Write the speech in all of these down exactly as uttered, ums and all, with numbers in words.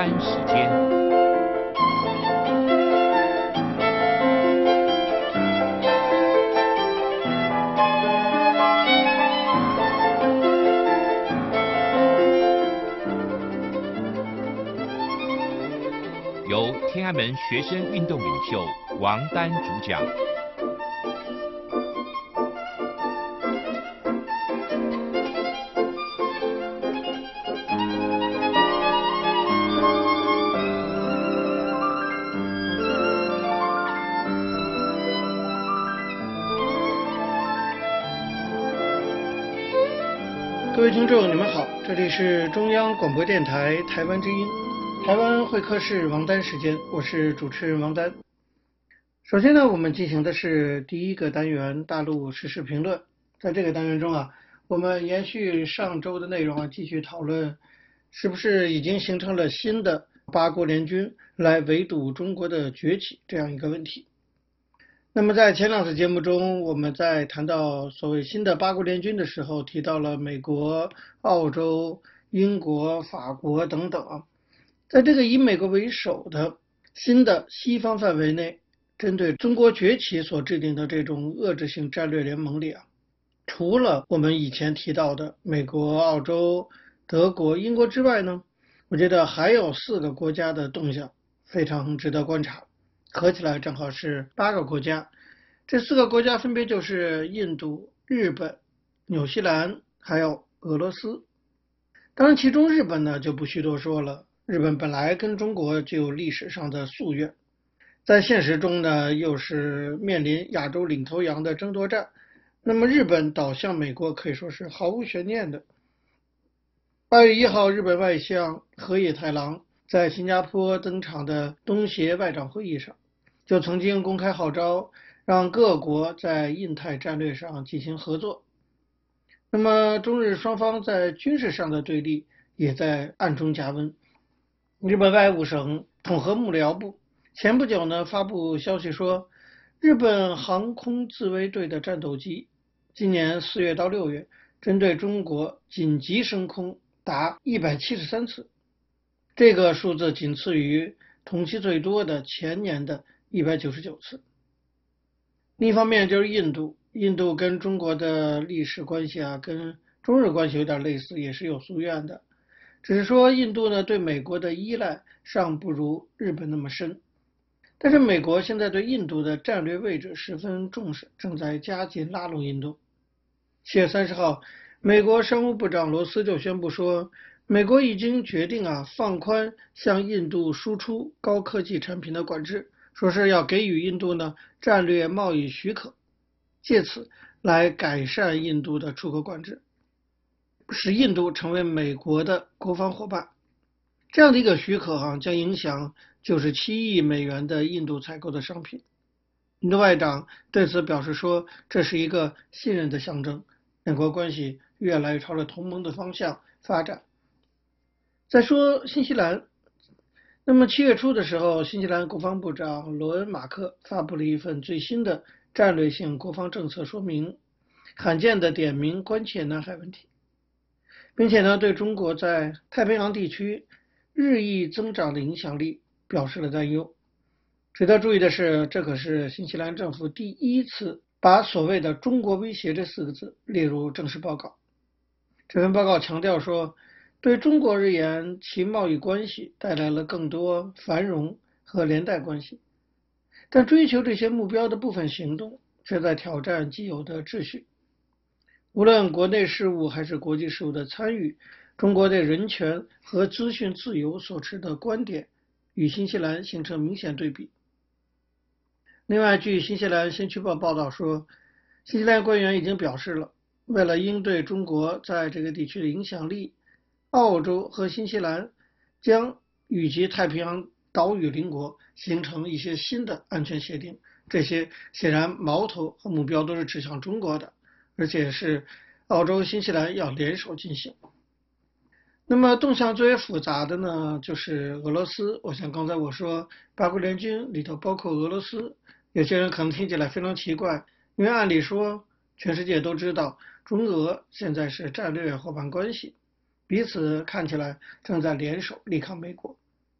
单时间。由天安门学生运动领袖王丹主讲。 各位听众，你们好，这里是中央广播电台台湾之音，台湾会客室王丹时间，我是主持人王丹。首先呢，我们进行的是第一个单元大陆时事评论。在这个单元中啊，我们延续上周的内容啊，继续讨论是不是已经形成了新的八国联军来围堵中国的崛起这样一个问题。那么在前两次节目中，我们在谈到所谓新的八国联军的时候，提到了美国、澳洲、英国、法国等等。在这个以美国为首的新的西方范围内，针对中国崛起所制定的这种遏制性战略联盟里啊，除了我们以前提到的美国、澳洲、德国、英国之外呢，我觉得还有四个国家的动向非常值得观察。合起来正好是八个国家，这四个国家分别就是印度、日本、纽西兰还有俄罗斯。当然其中日本呢就不需多说了，日本本来跟中国就有历史上的夙愿，在现实中呢又是面临亚洲领头羊的争夺战，那么日本倒向美国可以说是毫无悬念的。八月一号，日本外相河野太郎在新加坡登场的东协外长会议上就曾经公开号召让各国在印太战略上进行合作。那么中日双方在军事上的对立也在暗中加温。日本外务省统合幕僚部前不久呢发布消息说，日本航空自卫队的战斗机今年四月到六月针对中国紧急升空达一百七十三次，这个数字仅次于同期最多的前年的一百九十九次。另一方面就是印度，印度跟中国的历史关系啊，跟中日关系有点类似，也是有夙愿的，只是说印度呢对美国的依赖尚不如日本那么深。但是美国现在对印度的战略位置十分重视，正在加紧拉拢印度。七月三十号，美国商务部长罗斯就宣布说，美国已经决定啊放宽向印度输出高科技产品的管制，说是要给予印度呢战略贸易许可，借此来改善印度的出口管制，使印度成为美国的国防伙伴。这样的一个许可啊，将影响九十七亿美元的印度采购的商品。印度外长对此表示说，这是一个信任的象征，两国关系越来越朝着同盟的方向发展。再说新西兰，那么七月初的时候，新西兰国防部长罗恩马克发布了一份最新的战略性国防政策说明，罕见的点名关切南海问题，并且呢对中国在太平洋地区日益增长的影响力表示了担忧。值得注意的是，这可是新西兰政府第一次把所谓的中国威胁这四个字列入正式报告。这份报告强调说，对中国而言，其贸易关系带来了更多繁荣和连带关系，但追求这些目标的部分行动却在挑战既有的秩序。无论国内事务还是国际事务的参与，中国对人权和资讯自由所持的观点与新西兰形成明显对比。另外，据新西兰先驱报报道说，新西兰官员已经表示了，为了应对中国在这个地区的影响力，澳洲和新西兰将与其太平洋岛屿邻国形成一些新的安全协定，这些显然矛头和目标都是指向中国的，而且是澳洲、新西兰要联手进行。那么动向最为复杂的呢，就是俄罗斯。我想刚才我说八国联军里头包括俄罗斯，有些人可能听起来非常奇怪，因为按理说全世界都知道中俄现在是战略伙伴关系，彼此看起来正在联手力抗美国。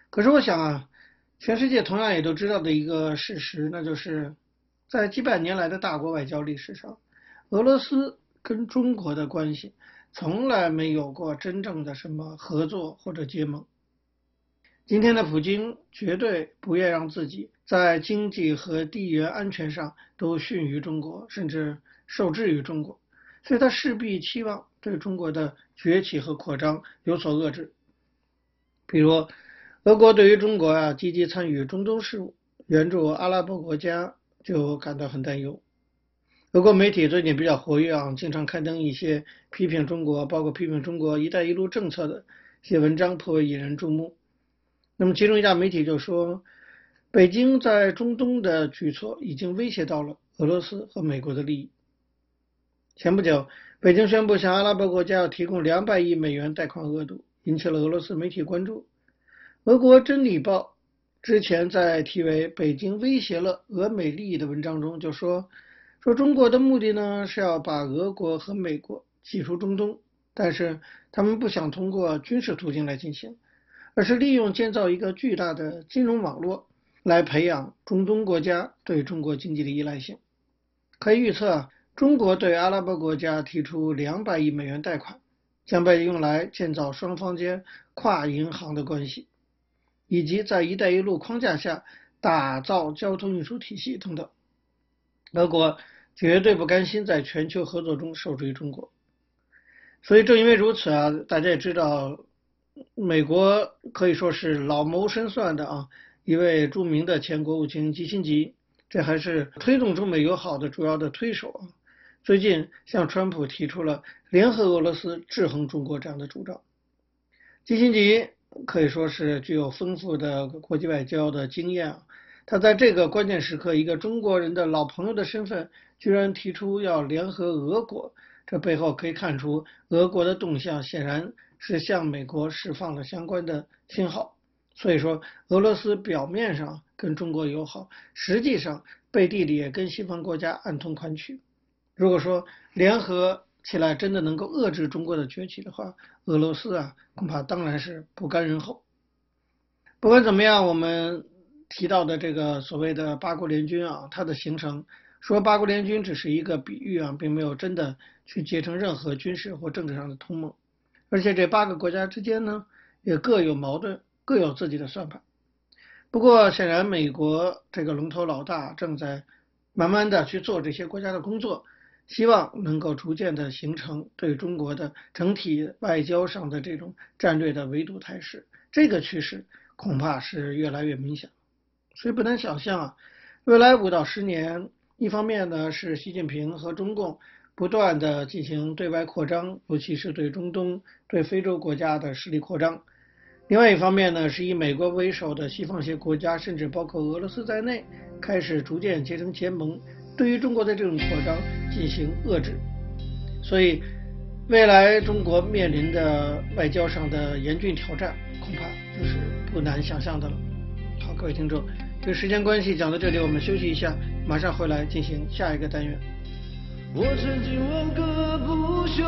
可是我想啊，全世界同样也都知道的一个事实，那就是在几百年来的大国外交历史上，俄罗斯跟中国的关系从来没有过真正的什么合作或者结盟。今天的普京绝对不愿让自己在经济和地缘安全上都逊于中国，甚至受制于中国，所以他势必期望对中国的崛起和扩张有所遏制。比如俄国对于中国啊积极参与中东事务，援助阿拉伯国家就感到很担忧。俄国媒体最近比较活跃啊，经常刊登一些批评中国，包括批评中国“一带一路”政策的一些文章，颇为引人注目。那么其中一家媒体就说，北京在中东的举措已经威胁到了俄罗斯和美国的利益。前不久，北京宣布向阿拉伯国家要提供两百亿美元贷款额度，引起了俄罗斯媒体关注。俄国《真理报》之前在题为“北京威胁了俄美利益”的文章中就说，说中国的目的呢是要把俄国和美国挤出中东，但是他们不想通过军事途径来进行，而是利用建造一个巨大的金融网络来培养中东国家对中国经济的依赖性。可以预测，中国对阿拉伯国家提出两百亿美元贷款，将被用来建造双方间跨银行的关系，以及在一带一路框架下打造交通运输体系等等。俄国绝对不甘心在全球合作中受制于中国。所以正因为如此啊，大家也知道，美国可以说是老谋深算的啊，一位著名的前国务卿基辛吉，这还是推动中美友好的主要的推手啊。最近向川普提出了联合俄罗斯制衡中国这样的主张。基辛吉可以说是具有丰富的国际外交的经验啊，他在这个关键时刻，一个中国人的老朋友的身份，居然提出要联合俄国，这背后可以看出俄国的动向显然是向美国释放了相关的信号。所以说，俄罗斯表面上跟中国友好，实际上背地里也跟西方国家暗通款曲。如果说联合起来真的能够遏制中国的崛起的话，俄罗斯啊恐怕当然是不甘人后。不管怎么样，我们提到的这个所谓的八国联军啊，它的形成，说八国联军只是一个比喻啊，并没有真的去结成任何军事或政治上的同盟。而且这八个国家之间呢，也各有矛盾，各有自己的算盘。不过显然美国这个龙头老大正在慢慢的去做这些国家的工作，希望能够逐渐的形成对中国的整体外交上的这种战略的围堵态势，这个趋势恐怕是越来越明显。所以不难想象啊，未来五到十年，一方面呢是习近平和中共不断的进行对外扩张，尤其是对中东、对非洲国家的势力扩张；另外一方面呢，是以美国为首的西方一些国家，甚至包括俄罗斯在内，开始逐渐结成结盟，对于中国的这种扩张进行遏制。所以，未来中国面临的外交上的严峻挑战，恐怕就是不难想象的了。好，各位听众，这个时间关系讲到这里，我们休息一下，马上回来进行下一个单元。 我曾经问个不休，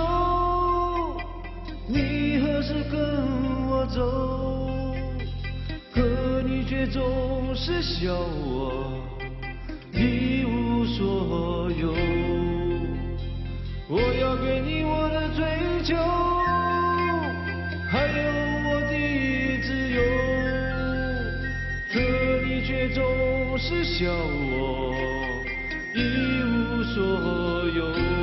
你何时跟我走？可你却总是笑我一无所有。我要给你我的追求，还有我的自由，可你却总是笑我一无所有。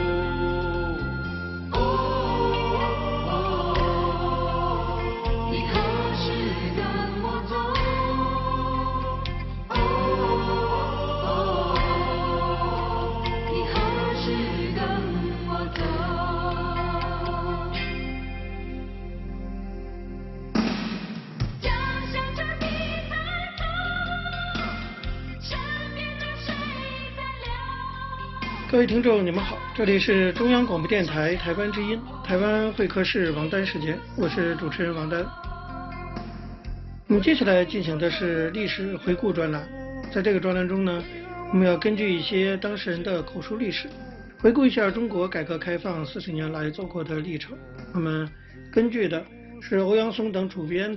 各位听众，你们好，这里是中央广播电台台湾之音，台湾会客室王丹时间，我是主持人王丹。我们接下来进行的是历史回顾专栏，在这个专栏中呢，我们要根据一些当事人的口述历史，回顾一下中国改革开放四十年来走过的历程。我们根据的是欧阳松等主编的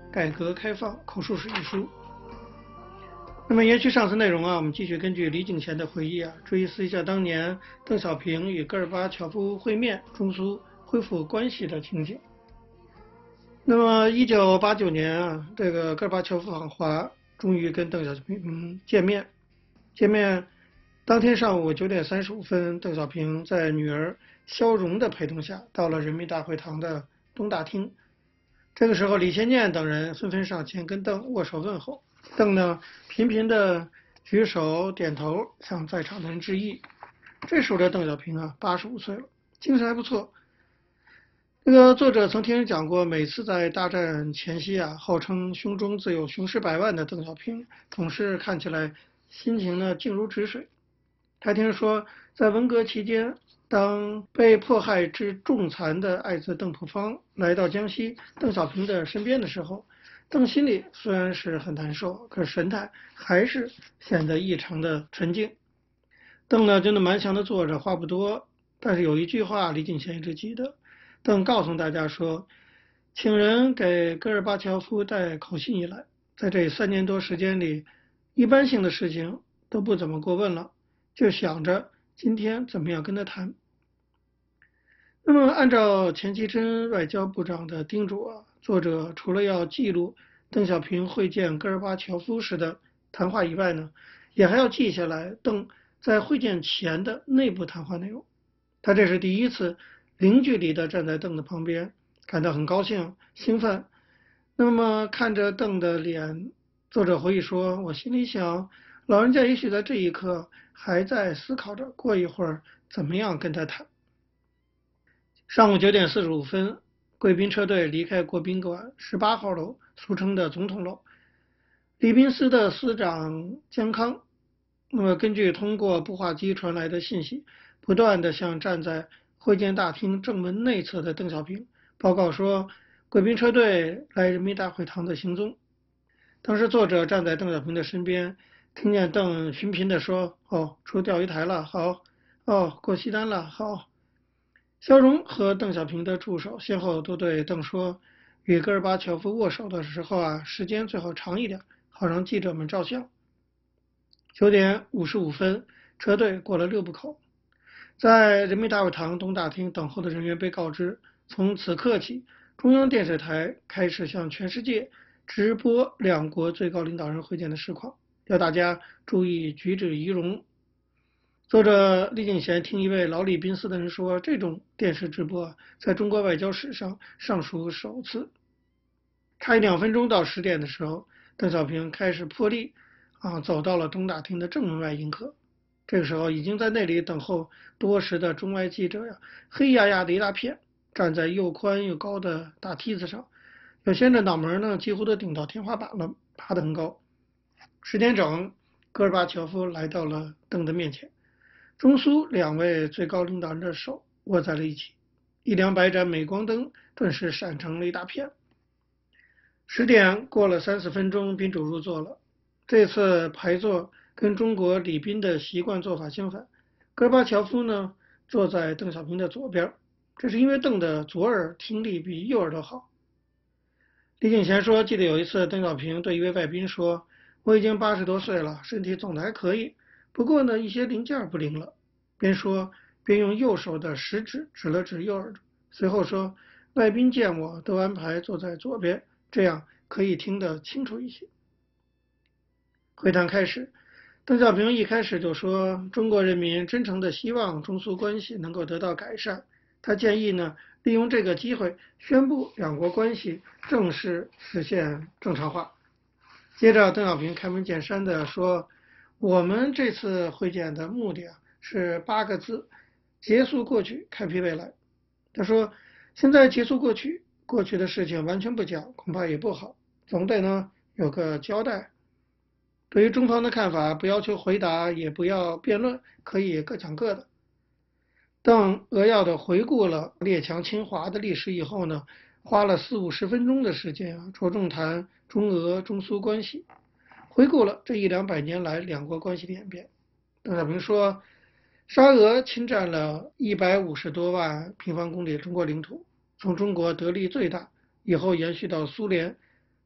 改革开放口述史》一书。那么延续上次内容啊，我们继续根据李景贤的回忆啊，追思一下当年邓小平与戈尔巴乔夫会面，中苏恢复关系的情景。那么一九八九年啊，这个戈尔巴乔夫访华，终于跟邓小平见面。见面当天上午九点三十五分，邓小平在女儿肖荣的陪同下，到了人民大会堂的东大厅。这个时候，李先念等人纷纷上前跟邓握手问候。邓呢，频频的举手点头，向在场的人致意。这时候的邓小平啊，八十五岁了，精神还不错。这个作者曾听人讲过，每次在大战前夕啊，号称胸中自有雄师百万的邓小平，总是看起来心情呢静如止水。他听说，在文革期间，当被迫害致重残的爱子邓朴方来到江西邓小平的身边的时候，邓心里虽然是很难受，可是神态还是显得异常的沉静。邓呢真的蛮强的坐着，话不多，但是有一句话李景贤一直记得，邓告诉大家说，请人给戈尔巴乔夫带口信以来，在这三年多时间里，一般性的事情都不怎么过问了，就想着今天怎么样跟他谈。那么按照钱其琛外交部长的叮嘱啊，作者除了要记录邓小平会见戈尔巴乔夫时的谈话以外呢，也还要记下来邓在会见前的内部谈话内容。他这是第一次零距离的站在邓的旁边，感到很高兴兴奋。那么看着邓的脸，作者回忆说，我心里想，老人家也许在这一刻还在思考着过一会儿怎么样跟他谈。上午九点四十五分，贵宾车队离开国宾馆十八号楼，俗称的总统楼。礼宾司的司长江康，那么根据通过步话机传来的信息，不断地向站在会见大厅正门内侧的邓小平报告说，贵宾车队来人民大会堂的行踪。当时作者站在邓小平的身边，听见邓频频地说，哦，出钓鱼台了，好，哦，过西单了，好。肖荣和邓小平的助手先后都对邓说，与戈尔巴乔夫握手的时候啊，时间最好长一点，好让记者们照相。九点五十五分，车队过了六步口，在人民大会堂东大厅等候的人员被告知，从此刻起，中央电视台开始向全世界直播两国最高领导人会见的实况，要大家注意举止仪容。作者李景贤听一位老礼宾司的人说，这种电视直播在中国外交史上尚属首次。差一两分钟到十点的时候，邓小平开始破例啊，走到了东大厅的正门外迎客。这个时候，已经在那里等候多时的中外记者呀，黑压压的一大片，站在又宽又高的大梯子上，有些人的脑门呢几乎都顶到天花板了，爬得很高。十点整，戈尔巴乔夫来到了邓的面前。中苏两位最高领导人的手握在了一起，一两百盏镁光灯顿时闪成了一大片。十点过了三十分钟，宾主入座了。这次排座跟中国礼宾的习惯做法相反，戈尔巴乔夫呢坐在邓小平的左边，这是因为邓的左耳听力比右耳朵好。李景贤说，记得有一次邓小平对一位外宾说，我已经八十多岁了，身体总的还可以，不过呢，一些零件不灵了。边说边用右手的食指指了指右耳朵，随后说，外宾见我都安排坐在左边，这样可以听得清楚一些。会谈开始，邓小平一开始就说，中国人民真诚的希望中苏关系能够得到改善。他建议呢，利用这个机会宣布两国关系正式实现正常化。接着，邓小平开门见山地说，我们这次会见的目的啊，是八个字：结束过去，开辟未来。他说，现在结束过去，过去的事情完全不讲，恐怕也不好，总得呢有个交代。对于中方的看法，不要求回答，也不要辩论，可以各讲各的。邓扼要地回顾了列强侵华的历史以后呢，花了四五十分钟的时间啊，着重谈中俄、中苏关系，回顾了这一两百年来两国关系的演变。邓小平说，沙俄侵占了一百五十多万平方公里中国领土，从中国得利最大，以后延续到苏联，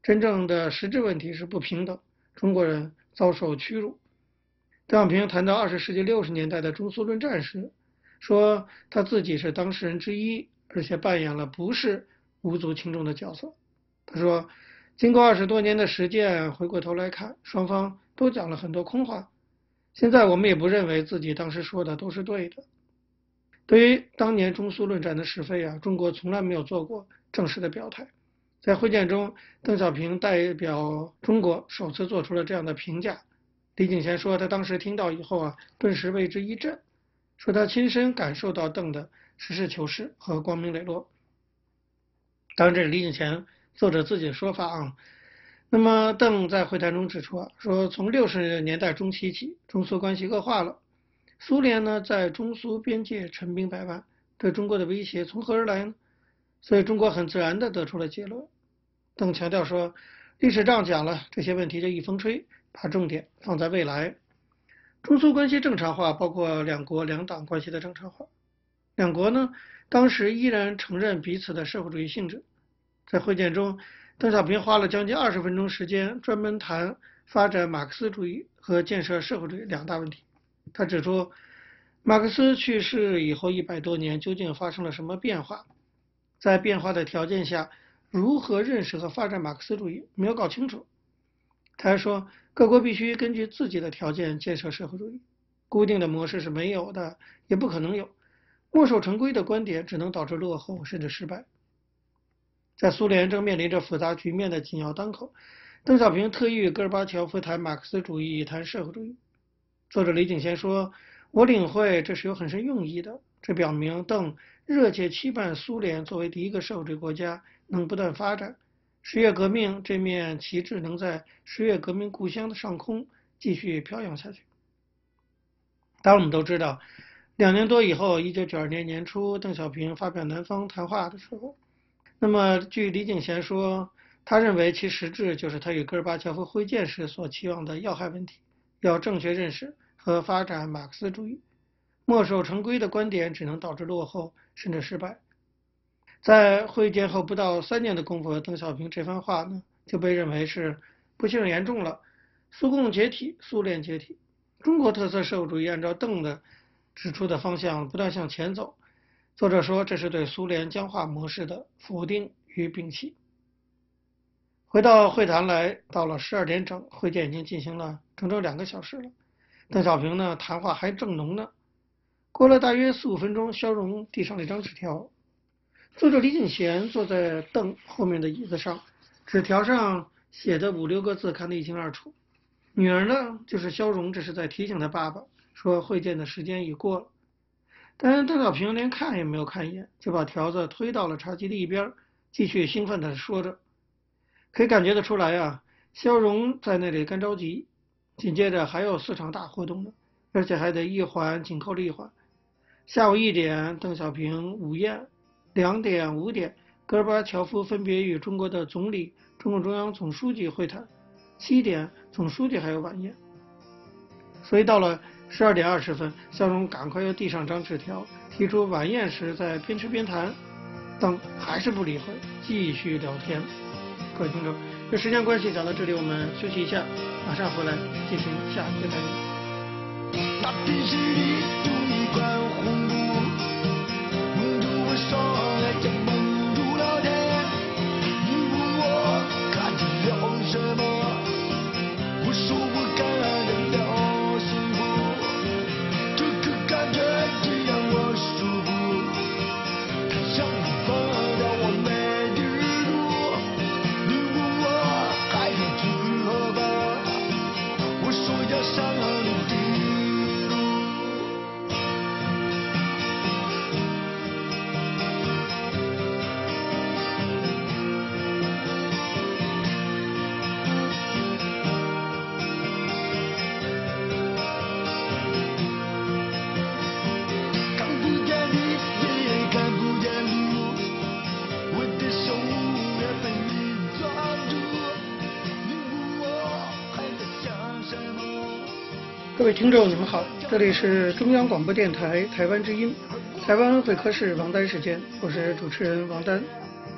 真正的实质问题是不平等，中国人遭受屈辱。邓小平谈到二十世纪六十年代的中苏论战时，说他自己是当事人之一，而且扮演了不是无足轻重的角色。他说，经过二十多年的实践，回过头来看，双方都讲了很多空话。现在我们也不认为自己当时说的都是对的。对于当年中苏论战的是非啊，中国从来没有做过正式的表态。在会见中，邓小平代表中国首次做出了这样的评价。李景贤说，他当时听到以后啊，顿时为之一振，说他亲身感受到邓的实事求是和光明磊落。当然，这是李景贤作者自己的说法啊。那么，邓在会谈中指出啊，说从六十年代中期起，中苏关系恶化了。苏联呢，在中苏边界陈兵百万，对中国的威胁从何而来呢？所以，中国很自然地得出了结论。邓强调说，历史上讲了，这些问题就一风吹，把重点放在未来。中苏关系正常化包括两国两党关系的正常化。两国呢，当时依然承认彼此的社会主义性质。在会见中，邓小平花了将近二十分钟时间，专门谈发展马克思主义和建设社会主义两大问题。他指出，马克思去世以后一百多年，究竟发生了什么变化？在变化的条件下，如何认识和发展马克思主义没有搞清楚。他还说，各国必须根据自己的条件建设社会主义，固定的模式是没有的，也不可能有。墨守成规的观点只能导致落后甚至失败。在苏联正面临着复杂局面的紧要当口，邓小平特意与戈尔巴乔夫谈马克思主义，谈社会主义。作者李景贤说，我领会这是有很深用意的，这表明邓热切期盼苏联作为第一个社会主义国家能不断发展，十月革命这面旗帜能在十月革命故乡的上空继续飘扬下去。当然我们都知道，两年多以后，一九九二年年初，邓小平发表南方谈话的时候，那么据李景贤说，他认为其实质就是他与戈尔巴乔夫会见时所期望的要害问题，要正确认识和发展马克思主义，墨守成规的观点只能导致落后甚至失败。在会见后不到三年的功夫，邓小平这番话呢就被认为是不幸严重了，苏共解体，苏联解体，中国特色社会主义按照邓的指出的方向不断向前走。作者说，这是对苏联僵化模式的否定与摒弃。回到会谈来，到了十二点整，会见已经进行了整整两个小时了。邓小平呢，谈话还正浓呢。过了大约四五分钟，肖荣递上了一张纸条。作者李景贤坐在邓后面的椅子上，纸条上写的五六个字看得一清二楚。女儿呢，就是肖荣，这是在提醒他爸爸，说会见的时间已过了。但是邓小平连看也没有看一眼，就把条子推到了茶几的一边，继续兴奋地说着。可以感觉得出来啊，肖荣在那里干着急。紧接着还有四场大活动呢，而且还得一环紧扣着一环。下午一点，邓小平午宴；两点、五点，戈尔巴乔夫分别与中国的总理、中共中央总书记会谈；七点，总书记还有晚宴。所以到了十二点二十分，肖荣赶快又递上张纸条，提出晚宴时再边吃边谈。邓还是不理会，继续聊天。各位听众，这时间关系讲到这里，我们休息一下，马上回来进行下一个单元。 那天是你用一块红布蒙住我双眼，将蒙住了天。你问我看见了什么？我说我看见了幸福，这个感觉只让我舒服。它像你放掉我没地儿住。你问我还要去何方？我说要上你的。 各位听众，你们好，这里是中央广播电台台湾之音，台湾会客室王丹时间，我是主持人王丹。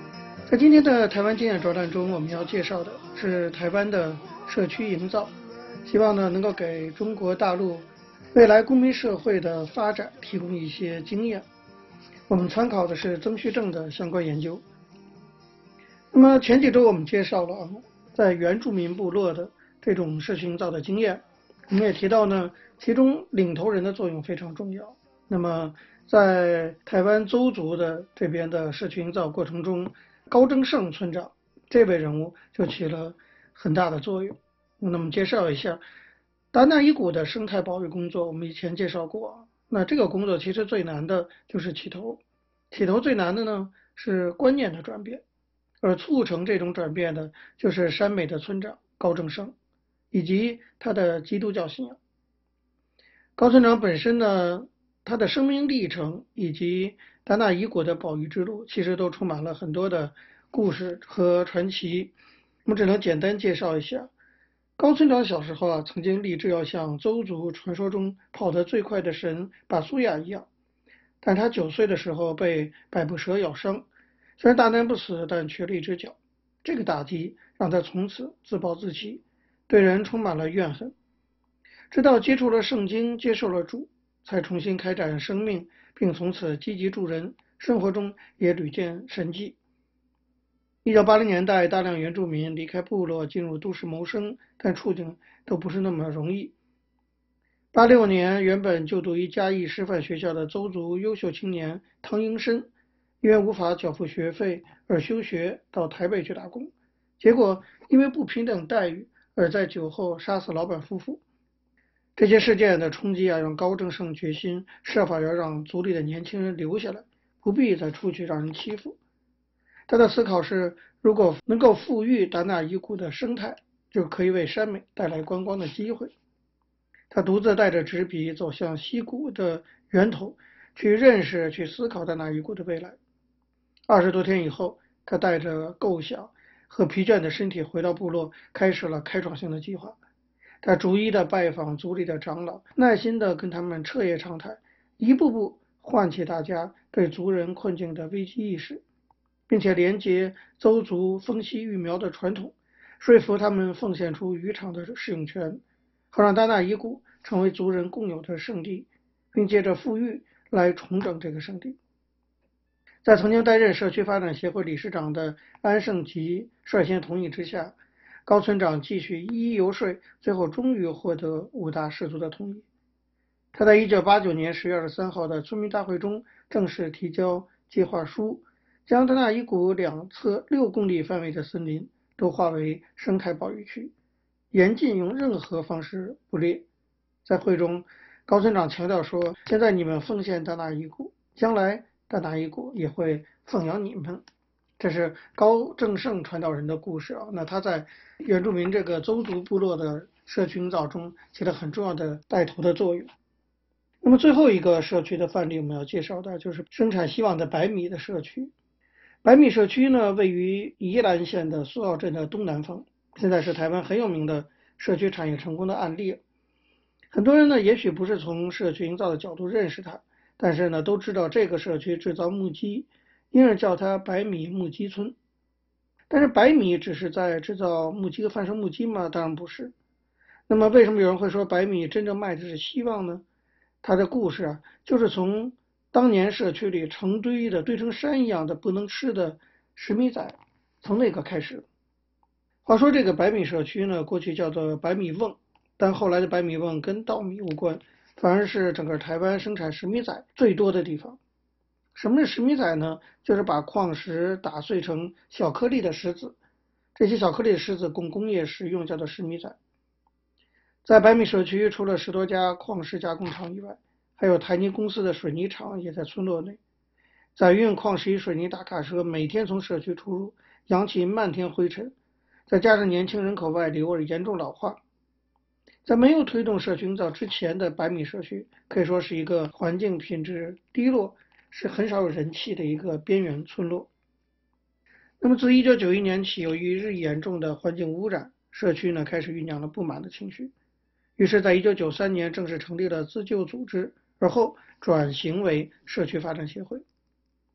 在今天的台湾经验专栏中，我们要介绍的是台湾的社区营造，希望呢能够给中国大陆未来公民社会的发展提供一些经验。我们参考的是曾旭正的相关研究。那么前几周我们介绍了啊，在原住民部落的这种社区营造的经验，我们也提到呢，其中领头人的作用非常重要。那么在台湾邹族的这边的社区营造过程中，高征胜村长这位人物就起了很大的作用。那么介绍一下达纳伊谷的生态保育工作，我们以前介绍过。那这个工作其实最难的就是起头，起头最难的呢是观念的转变，而促成这种转变的就是山美的村长高征胜以及他的基督教信仰。高村长本身呢，他的生命历程以及达纳伊谷的保育之路，其实都充满了很多的故事和传奇。我们只能简单介绍一下。高村长小时候啊，曾经立志要像邹族传说中跑得最快的神巴苏亚一样，但他九岁的时候被百步蛇咬伤，虽然大难不死，但缺了一只脚。这个打击让他从此自暴自弃，对人充满了怨恨。直到接触了圣经，接受了主，才重新开展生命，并从此积极助人，生活中也屡见神迹。一九八零年代，大量原住民离开部落进入都市谋生，但处境都不是那么容易。八六年，原本就读于嘉义师范学校的邹族优秀青年汤英申，因为无法缴付学费而休学到台北去打工，结果因为不平等待遇而在酒后杀死老板夫妇。这些事件的冲击啊，让高征胜决心设法要让族里的年轻人留下来，不必再出去让人欺负。他的思考是，如果能够富裕达纳伊谷的生态，就可以为山美带来观光的机会。他独自带着纸笔走向溪谷的源头，去认识、去思考达纳伊谷的未来。二十多天以后，他带着构想和疲倦的身体回到部落，开始了开创性的计划。他逐一的拜访族里的长老，耐心的跟他们彻夜长谈，一步步唤起大家对族人困境的危机意识，并且连接邹族风息育苗的传统，说服他们奉献出渔场的使用权，好让达纳伊谷成为族人共有的圣地，并借着富裕来重整这个圣地。在曾经担任社区发展协会理事长的安胜吉率先同意之下，高村长继续一一游说，最后终于获得五大氏族的同意。他在一九八九年十月二十三号的村民大会中正式提交计划书，将达纳伊谷两侧六公里范围的森林都划为生态保育区，严禁用任何方式捕猎。在会中，高村长强调说，现在你们奉献达纳伊谷，将来达纳伊谷也会奉养你们。这是高征胜传道人的故事啊。那他在原住民这个邹族部落的社区营造中起了很重要的带头的作用。那么最后一个社区的范例我们要介绍的就是生产希望的白米的社区。白米社区呢，位于宜兰县的苏澳镇的东南方，现在是台湾很有名的社区产业成功的案例。很多人呢，也许不是从社区营造的角度认识它，但是呢，都知道这个社区制造木屐，因而叫它白米木屐村。但是白米只是在制造木屐和贩售木屐吗？当然不是。那么为什么有人会说白米真正卖的是希望呢？它的故事啊，就是从当年社区里成堆的堆成山一样的不能吃的石米仔，从那个开始。话说这个白米社区呢，过去叫做白米瓮，但后来的白米瓮跟稻米无关，反而是整个台湾生产石米仔最多的地方。什么是石米仔呢？就是把矿石打碎成小颗粒的石子，这些小颗粒的石子供工业使用，叫做石米仔。在白米社区，除了十多家矿石加工厂以外，还有台泥公司的水泥厂也在村落内。载运矿石与水泥大卡车每天从社区出入，扬起漫天灰尘，再加上年轻人口外流而严重老化，在没有推动社区营造之前的白米社区，可以说是一个环境品质低落，是很少有人气的一个边缘村落。那么自一九九一年起，由于日益严重的环境污染，社区呢开始酝酿了不满的情绪，于是在一九九三年正式成立了自救组织，而后转型为社区发展协会。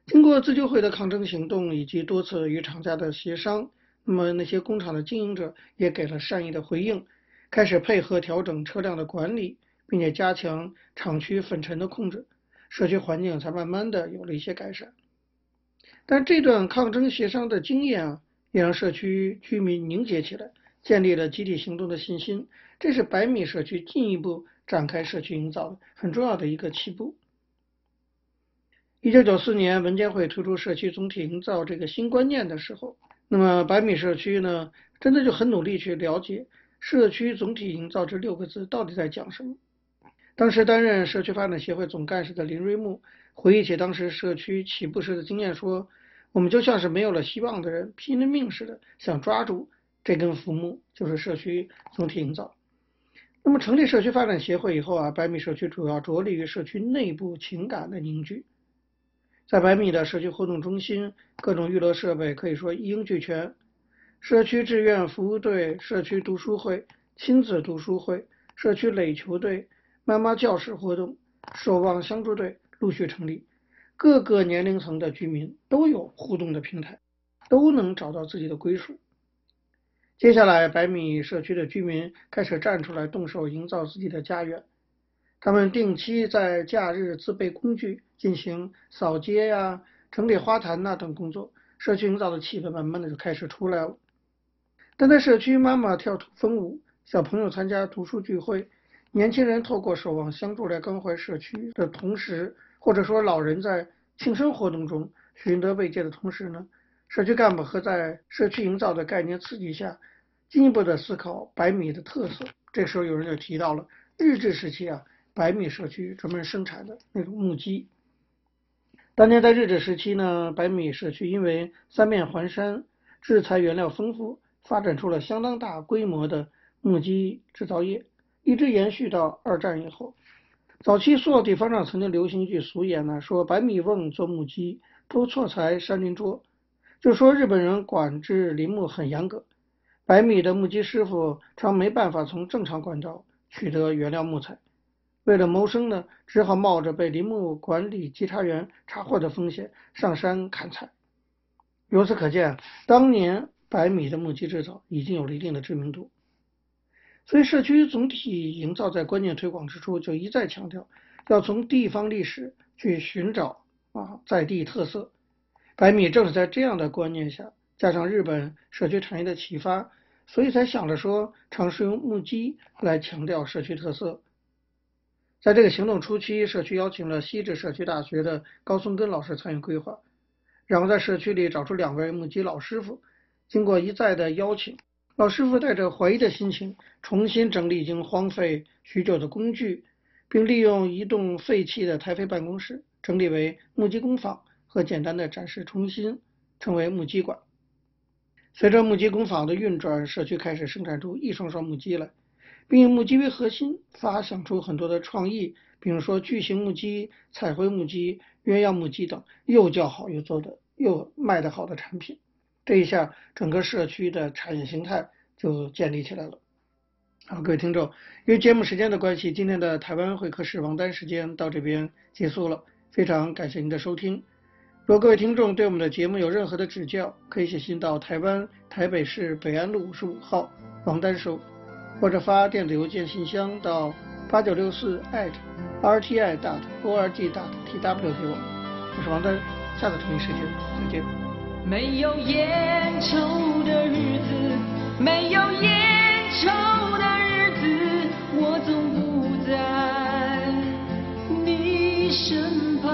经过自救会的抗争行动以及多次与厂家的协商，那么那些工厂的经营者也给了善意的回应，开始配合调整车辆的管理，并且加强厂区粉尘的控制，社区环境才慢慢的有了一些改善。但这段抗争协商的经验啊，也让社区居民凝结起来，建立了集体行动的信心，这是百米社区进一步展开社区营造的很重要的一个起步。一九九四年，文监会推出社区总体营造这个新观念的时候，那么百米社区呢，真的就很努力去了解社区总体营造这六个字到底在讲什么。当时担任社区发展协会总干事的林瑞木回忆起当时社区起步时的经验说，我们就像是没有了希望的人，拼了命似的想抓住这根浮木，就是社区总体营造。那么成立社区发展协会以后啊，百米社区主要着力于社区内部情感的凝聚。在百米的社区活动中心，各种娱乐设备可以说一应俱全，社区志愿服务队、社区读书会、亲子读书会、社区垒球队、妈妈教室活动、守望相助队陆续成立，各个年龄层的居民都有互动的平台，都能找到自己的归属。接下来，百米社区的居民开始站出来动手营造自己的家园，他们定期在假日自备工具，进行扫街呀、啊、整理花坛呐、啊、等工作，社区营造的气氛慢慢的就开始出来了。但在社区妈妈跳土风舞，小朋友参加读书聚会，年轻人透过守望相助来关怀社区的同时，或者说老人在庆生活动中寻得慰藉的同时呢，社区干部和在社区营造的概念刺激下，进一步的思考百米的特色。这时候有人就提到了日治时期啊，百米社区专门生产的那种木屐。当年在日治时期呢，百米社区因为三面环山，制材原料丰富，发展出了相当大规模的木屐制造业，一直延续到二战以后。早期所有地方上曾经流行一句俗言呢，说百米瓮做木屐，都错裁山林桌，就说日本人管制林木很严格，百米的木屐师傅常没办法从正常管道取得原料木材，为了谋生呢，只好冒着被林木管理稽查员查获的风险上山砍柴。由此可见，当年百米的木屐制造已经有了一定的知名度。所以社区总体营造在关键推广之初就一再强调，要从地方历史去寻找啊在地特色。百米正是在这样的观念下，加上日本社区产业的启发，所以才想着说尝试用木屐来强调社区特色。在这个行动初期，社区邀请了西直社区大学的高松根老师参与规划，然后在社区里找出两位木屐老师傅，经过一再的邀请，老师傅带着怀疑的心情，重新整理已经荒废许久的工具，并利用一栋废弃的台肥办公室整理为木屐工坊和简单的展示中心，成为木屐馆。随着木屐工坊的运转，社区开始生产出一双双木屐来，并以木屐为核心，发想出很多的创意，比如说巨型木屐、彩绘木屐、鸳鸯木屐等又叫好又做的又卖得好的产品。这一下整个社区的产业形态就建立起来了。好，各位听众，因为节目时间的关系，今天的台湾会客室王丹时间到这边结束了，非常感谢您的收听。如果各位听众对我们的节目有任何的指教，可以写信到台湾台北市北安路五十五号王丹收，或者发电子邮件信箱到八九六四 at r t i dot org dot t w 给我。我是王丹，下次同一时间再见。 没有烟抽的日子，没有烟抽的日子，我总不在你身旁，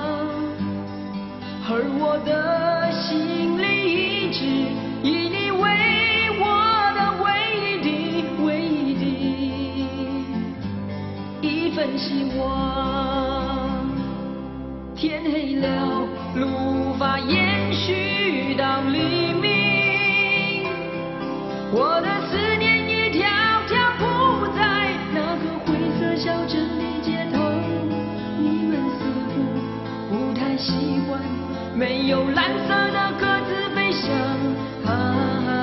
而我的心里一直以你为我的唯一的唯一的一份希望。天黑了，路无法延续到黎明，我的思念一条条铺在那个灰色小镇的街头，你们似乎不太习惯没有蓝色的鸽子飞翔。啊